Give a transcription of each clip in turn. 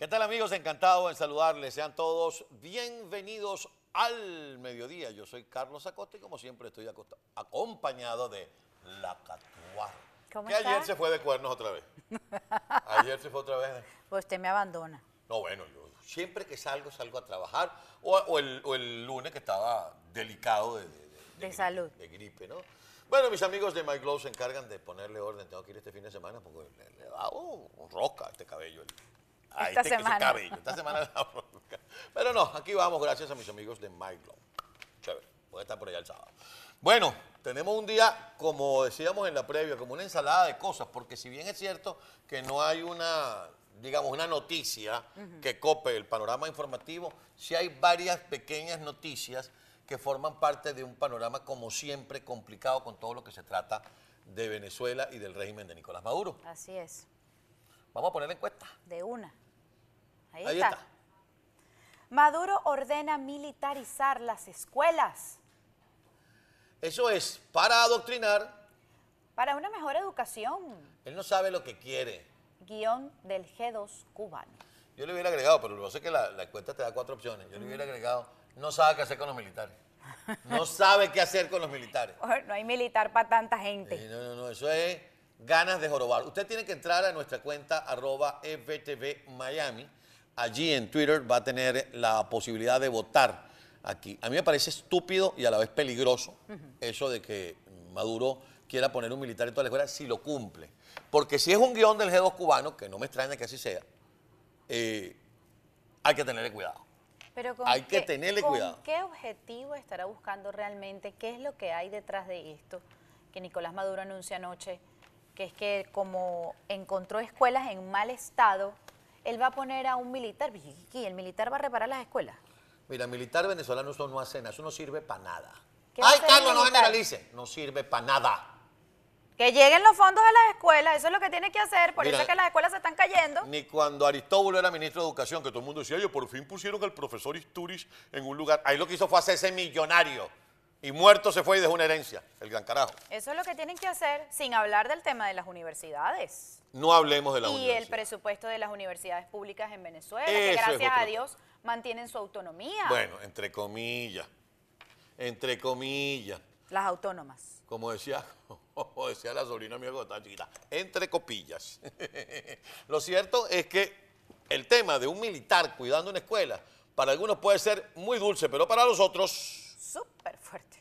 ¿Qué tal, amigos? Encantado en saludarles. Sean todos bienvenidos al mediodía. Yo soy Carlos Acosta y como siempre estoy acompañado de la Catuar. ¿Cómo que está? ayer se fue de cuernos otra vez. Ayer se fue otra vez. Pues usted me abandona. No, bueno, yo siempre que salgo a trabajar. O el lunes que estaba delicado de gripe, salud. De gripe, ¿no? Bueno, mis amigos de My Glow se encargan de ponerle orden. Tengo que ir este fin de semana porque le da un rosca a este cabello. Esta semana. Cabello. Esta semana le da rosca. Pero no, aquí vamos gracias a mis amigos de My Glow. Chévere, voy a estar por allá el sábado. Bueno, tenemos un día, como decíamos en la previa, como una ensalada de cosas, porque si bien es cierto que no hay una, digamos, una noticia que cope el panorama informativo, sí hay varias pequeñas noticias que forman parte de un panorama, como siempre, complicado con todo lo que se trata de Venezuela y del régimen de Nicolás Maduro. Así es. Vamos a poner la encuesta. De una. Ahí Ahí está. está. Maduro ordena militarizar las escuelas Eso es para adoctrinar. para una mejor educación. Él no sabe lo que quiere. Guión del G2 cubano. Yo le hubiera agregado, pero lo que pasa es que la encuesta te da 4 opciones. Yo le hubiera agregado, no sabe qué hacer con los militares. No sabe qué hacer con los militares. No hay militar para tanta gente. No, eso es ganas de jorobar. Usted tiene que entrar a nuestra cuenta @FTV Miami. Allí en Twitter va a tener la posibilidad de votar aquí. A mí me parece estúpido y a la vez peligroso eso de que Maduro quiera poner un militar en toda la escuela si lo cumple. Porque si es un guión del G2 cubano, que no me extraña que así sea, hay que tenerle cuidado. Pero Hay que tenerle cuidado. ¿Con qué objetivo estará buscando realmente? ¿Qué es lo que hay detrás de esto? Que Nicolás Maduro anuncia anoche, que es que como encontró escuelas en mal estado, él va a poner a un militar. ¿Y el militar va a reparar las escuelas? Mira, militar venezolano eso no hace nada, eso no sirve para nada. ¿Qué va a Ay, hacer el Carlos, no militar? generalice. No sirve para nada. Que lleguen los fondos a las escuelas, eso es lo que tiene que hacer, por Mira, eso es que las escuelas se están cayendo. Ni cuando Aristóbulo era ministro de Educación, que todo el mundo decía, oye, por fin pusieron al profesor Isturiz en un lugar. Ahí lo que hizo fue hacerse millonario. Y muerto se fue y dejó una herencia, el gran carajo. Eso es lo que tienen que hacer, sin hablar del tema de las universidades. No hablemos de la Y universidad. el presupuesto de las universidades públicas en Venezuela, Eso que es gracias otro. a Dios mantienen su autonomía. Bueno, entre comillas. Entre comillas. Las autónomas. Como decía la sobrina mía cuando estaba chiquita, entre copillas. Lo cierto es que el tema de un militar cuidando una escuela, para algunos puede ser muy dulce, pero para los otros... Súper fuerte.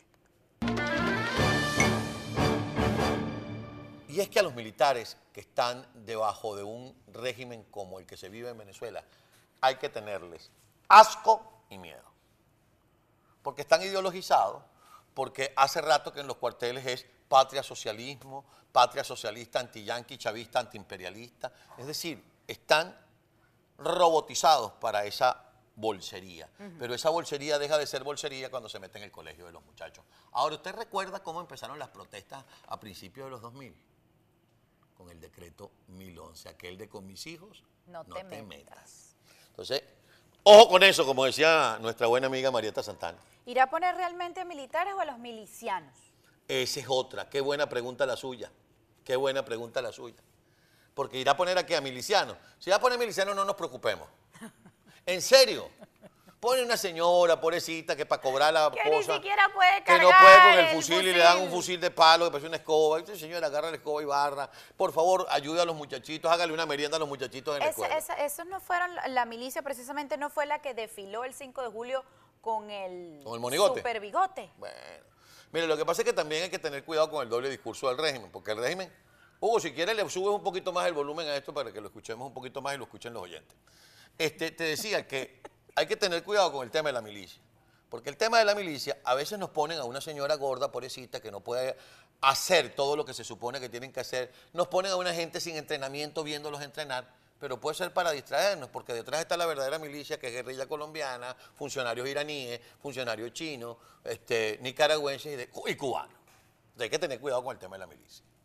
Y es que a los militares que están debajo de un régimen como el que se vive en Venezuela, hay que tenerles asco y miedo. Porque están ideologizados, porque hace rato que en los cuarteles es patria socialismo, patria socialista, anti-yanqui, chavista, antiimperialista. Es decir, están robotizados para esa bolsería. Pero esa bolsería deja de ser bolsería cuando se mete en el colegio de los muchachos. Ahora, ¿usted recuerda cómo empezaron las protestas a principios de los 2000? Con el decreto 1011, aquel de con mis hijos No te metas. Entonces, ojo con eso, como decía nuestra buena amiga Marieta Santana. ¿Irá a poner realmente a militares o a los milicianos? Esa es otra. Qué buena pregunta la suya. Qué buena pregunta la suya. Porque irá a poner aquí a milicianos. Si va a poner milicianos, no nos preocupemos. En serio. Pone una señora, pobrecita, que para cobrar la Que cosa... ni siquiera puede que cargar no puede con el fusil y le dan un fusil de palo, que parece una escoba. Y dice, señora, agarra la escoba y barra. Por favor, ayude a los muchachitos, hágale una merienda a los muchachitos en la escuela. Esos no fueron, la milicia precisamente no fue la que desfiló el 5 de julio con el monigote. super bigote. Bueno, mire, lo que pasa es que también hay que tener cuidado con el doble discurso del régimen, porque el régimen, Hugo, si quieres le subes un poquito más el volumen a esto para que lo escuchemos un poquito más y lo escuchen los oyentes. Te decía que hay que tener cuidado con el tema de la milicia, porque el tema de la milicia a veces nos ponen a una señora gorda, pobrecita, que no puede hacer todo lo que se supone que tienen que hacer, nos ponen a una gente sin entrenamiento viéndolos entrenar, pero puede ser para distraernos, porque detrás está la verdadera milicia, que es guerrilla colombiana, funcionarios iraníes, funcionarios chinos, nicaragüenses y cubanos. Entonces hay que tener cuidado con el tema de la milicia.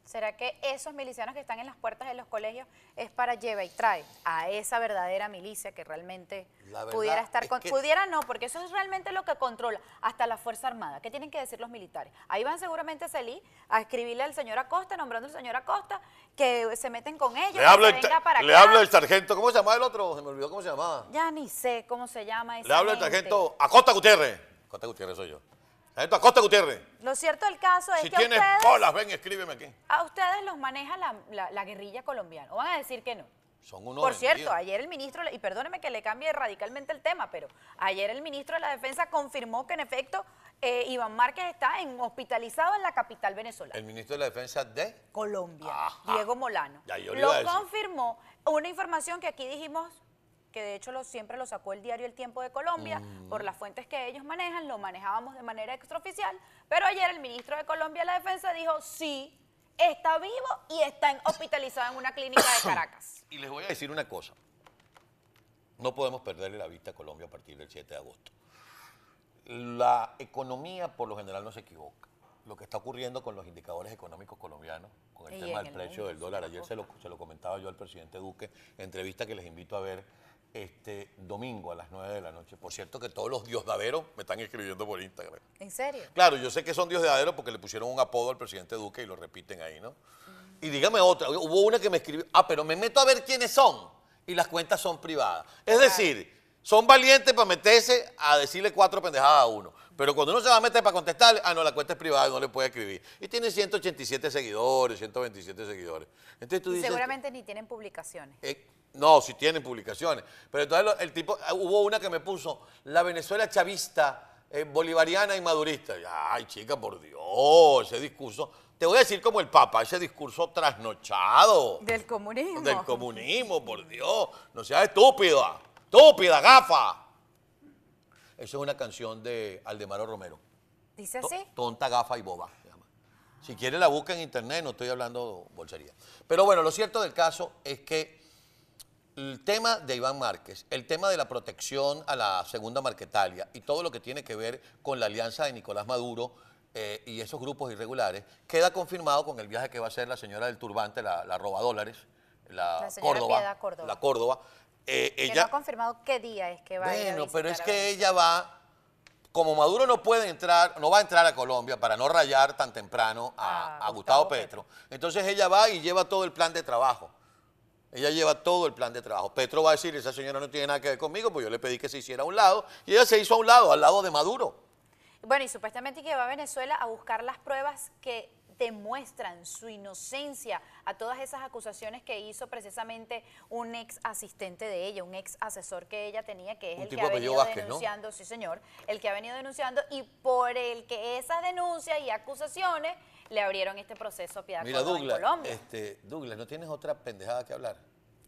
¿Será que esos milicianos que están en las puertas de los colegios es para lleva y trae a esa verdadera milicia que realmente pudiera estar pudiera no, porque eso es realmente lo que controla hasta la Fuerza Armada? ¿Qué tienen que decir los militares? Ahí van seguramente a salir a escribirle al señor Acosta, nombrando al señor Acosta, que se meten con ellos, le hablo del sargento, ¿cómo se llamaba el otro? Se me olvidó cómo se llamaba. Ya ni sé cómo se llama esa Le hablo gente. del sargento Acosta Gutiérrez. Acosta Gutiérrez soy yo. Sargento Acosta Gutiérrez. Lo cierto del caso es si que tienes ustedes, bolas, ven, escríbeme aquí. a ustedes los maneja la guerrilla colombiana. ¿O van a decir que no? Son unos Por cierto, vendidos. ayer el ministro, y perdóneme que le cambie radicalmente el tema, pero ayer el ministro de la Defensa confirmó que en efecto Iván Márquez está hospitalizado en la capital venezolana. El ministro de la Defensa de Colombia, Ajá. Diego Molano. Ya, yo le Lo iba a decir. confirmó, una información que aquí dijimos que de hecho siempre lo sacó el diario El Tiempo de Colombia, por las fuentes que ellos manejan, lo manejábamos de manera extraoficial, pero ayer el ministro de Colombia de la Defensa dijo sí, está vivo y está hospitalizado en una clínica de Caracas. Y les voy a decir una cosa. No podemos perderle la vista a Colombia a partir del 7 de agosto. La economía por lo general no se equivoca. Lo que está ocurriendo con los indicadores económicos colombianos, con el Y tema en del el precio mundo, del dólar, ayer se lo comentaba yo al presidente Duque, entrevista que les invito a ver este domingo a las 9 de la noche. Por cierto que todos los diosdaderos me están escribiendo por Instagram. ¿En serio? Claro, yo sé que son diosdaderos porque le pusieron un apodo al presidente Duque y lo repiten ahí, ¿no? Y dígame otra, hubo una que me escribió, pero me meto a ver quiénes son y las cuentas son privadas. Es decir, son valientes para meterse a decirle 4 pendejadas a uno. Pero cuando uno se va a meter para contestarle, no, la cuenta es privada y no le puede escribir. Y tiene 187 seguidores, 127 seguidores. Entonces tú dices, Seguramente ni tienen publicaciones. no, si tienen publicaciones. Pero entonces el tipo, hubo una que me puso, la Venezuela chavista, bolivariana y madurista. Ay, chica, por Dios, ese discurso. Te voy a decir como el Papa, ese discurso trasnochado. Del comunismo. Del comunismo, por Dios. No seas estúpida. Estúpida, gafa. Eso es una canción de Aldemaro Romero. ¿Dice así? Tonta, gafa y boba, se llama. Si quiere la busca en internet, no estoy hablando bolsería. Pero bueno, lo cierto del caso es que el tema de Iván Márquez, el tema de la protección a la segunda Marquetalia y todo lo que tiene que ver con la alianza de Nicolás Maduro y esos grupos irregulares, queda confirmado con el viaje que va a hacer la señora del turbante, la robadólares, La señora Piedad Córdoba. La Córdoba. Que Ella, no ha confirmado qué día es que va a ir a bueno, pero es visitar a que Venezuela. ella va, como Maduro no puede entrar, no va a entrar a Colombia para no rayar tan temprano a Gustavo Petro. Entonces ella va y lleva todo el plan de trabajo. Ella lleva todo el plan de trabajo. Petro va a decir, esa señora no tiene nada que ver conmigo, pues yo le pedí que se hiciera a un lado, y ella se hizo a un lado, al lado de Maduro. Bueno, y supuestamente que va a Venezuela a buscar las pruebas que demuestran su inocencia a todas esas acusaciones que hizo precisamente un ex asistente de ella, un ex asesor que ella tenía, que es Un el que tipo ha apellido venido Vázquez, ¿no? denunciando, sí señor, el que ha venido denunciando y por el que esas denuncias y acusaciones le abrieron este proceso a Piedad Mira, Córdoba en Colombia. Douglas, ¿no tienes otra pendejada que hablar?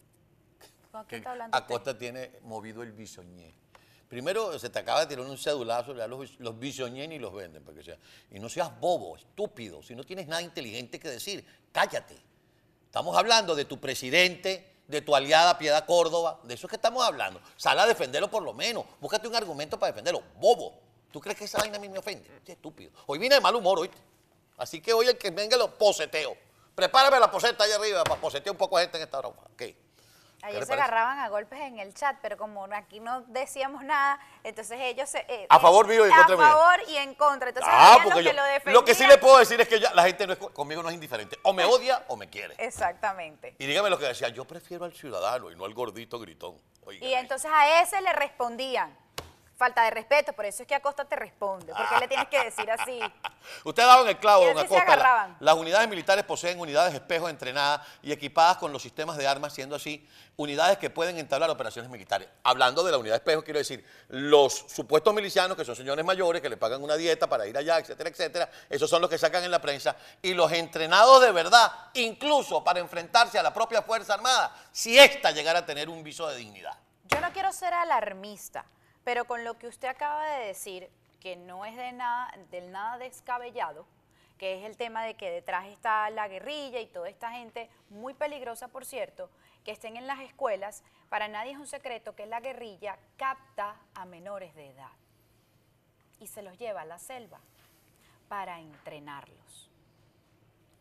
¿Con qué está hablando usted? Acosta tiene movido el bisoñé. Primero se te acaba de tirar un cedulazo, ya los bisoñé ni los venden, para que sea. Y no seas bobo, estúpido, si no tienes nada inteligente que decir, cállate. Estamos hablando de tu presidente, de tu aliada Piedad Córdoba, de eso es que estamos hablando. Sal a defenderlo por lo menos, búscate un argumento para defenderlo, bobo. ¿Tú crees que esa vaina a mí me ofende? Qué estúpido. Hoy vine de mal humor, ¿oíste? Así que hoy el que venga lo poseteo. Prepárame la poseta allá arriba para posetear un poco de gente en esta broma. Okay. Ayer se agarraban a golpes en el chat, pero como aquí no decíamos nada, entonces ellos a favor mío y en contra mío. A favor y en contra. Entonces había porque los que lo defendían. lo que sí le puedo decir es que la gente conmigo no es indiferente. O me odia o me quiere. Exactamente. Y dígame lo que decía, yo prefiero al ciudadano y no al gordito gritón. Oiga, Y entonces a ese le respondían. Falta de respeto, por eso es que Acosta te responde. ¿Por qué le tienes que decir así? Usted ha dado en el clavo, Y don así se Acosta. agarraban. Las unidades militares poseen unidades espejo entrenadas y equipadas con los sistemas de armas, siendo así unidades que pueden entablar operaciones militares. Hablando de la unidad espejo, quiero decir, los supuestos milicianos, que son señores mayores, que le pagan una dieta para ir allá, etcétera, etcétera, esos son los que sacan en la prensa. Y los entrenados de verdad, incluso para enfrentarse a la propia Fuerza Armada, si ésta llegara a tener un viso de dignidad. Yo no quiero ser alarmista, pero con lo que usted acaba de decir, que no es del nada descabellado, que es el tema de que detrás está la guerrilla y toda esta gente, muy peligrosa por cierto, que estén en las escuelas, para nadie es un secreto que la guerrilla capta a menores de edad y se los lleva a la selva para entrenarlos.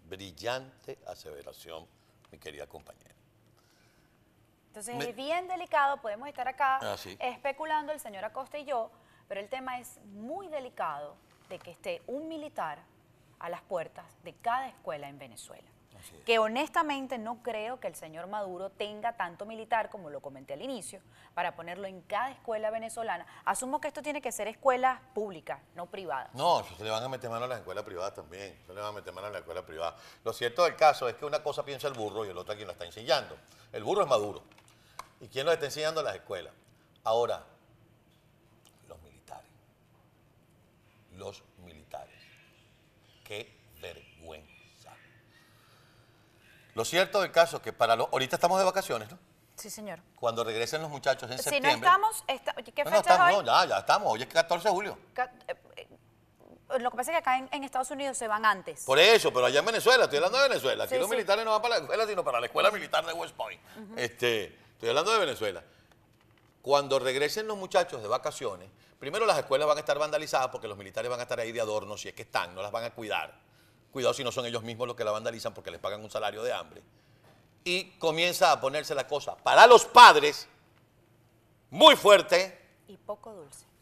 Brillante aseveración, mi querida compañera. Entonces es bien delicado, podemos estar acá Sí. especulando el señor Acosta y yo, pero el tema es muy delicado de que esté un militar a las puertas de cada escuela en Venezuela. Que honestamente no creo que el señor Maduro tenga tanto militar, como lo comenté al inicio, para ponerlo en cada escuela venezolana. Asumo que esto tiene que ser escuelas públicas, no privadas. No, se le van a meter mano a las escuelas privadas también. Se le van a meter mano a las escuelas privadas. Lo cierto del caso es que una cosa piensa el burro y el otro quien lo está enseñando. El burro es Maduro. ¿Y quién lo está enseñando? Las escuelas. Ahora, los militares. Los militares. Qué vergüenza. Lo cierto del caso es que ahorita estamos de vacaciones, ¿no? Sí, señor. Cuando regresen los muchachos en Si septiembre. no estamos, ¿qué No, fecha estamos, es hoy? no, ya estamos. Hoy es 14 de julio. Lo que pasa es que acá en Estados Unidos se van antes. Por eso, pero allá en Venezuela, estoy hablando de Venezuela. Aquí Sí, los sí. militares no van para la escuela, sino para la escuela militar de West Point. Estoy hablando de Venezuela. Cuando regresen los muchachos de vacaciones, primero las escuelas van a estar vandalizadas porque los militares van a estar ahí de adorno, si es que están, no las van a cuidar. Cuidado si no son ellos mismos los que la vandalizan porque les pagan un salario de hambre. Y comienza a ponerse la cosa para los padres muy fuerte. Y poco dulce.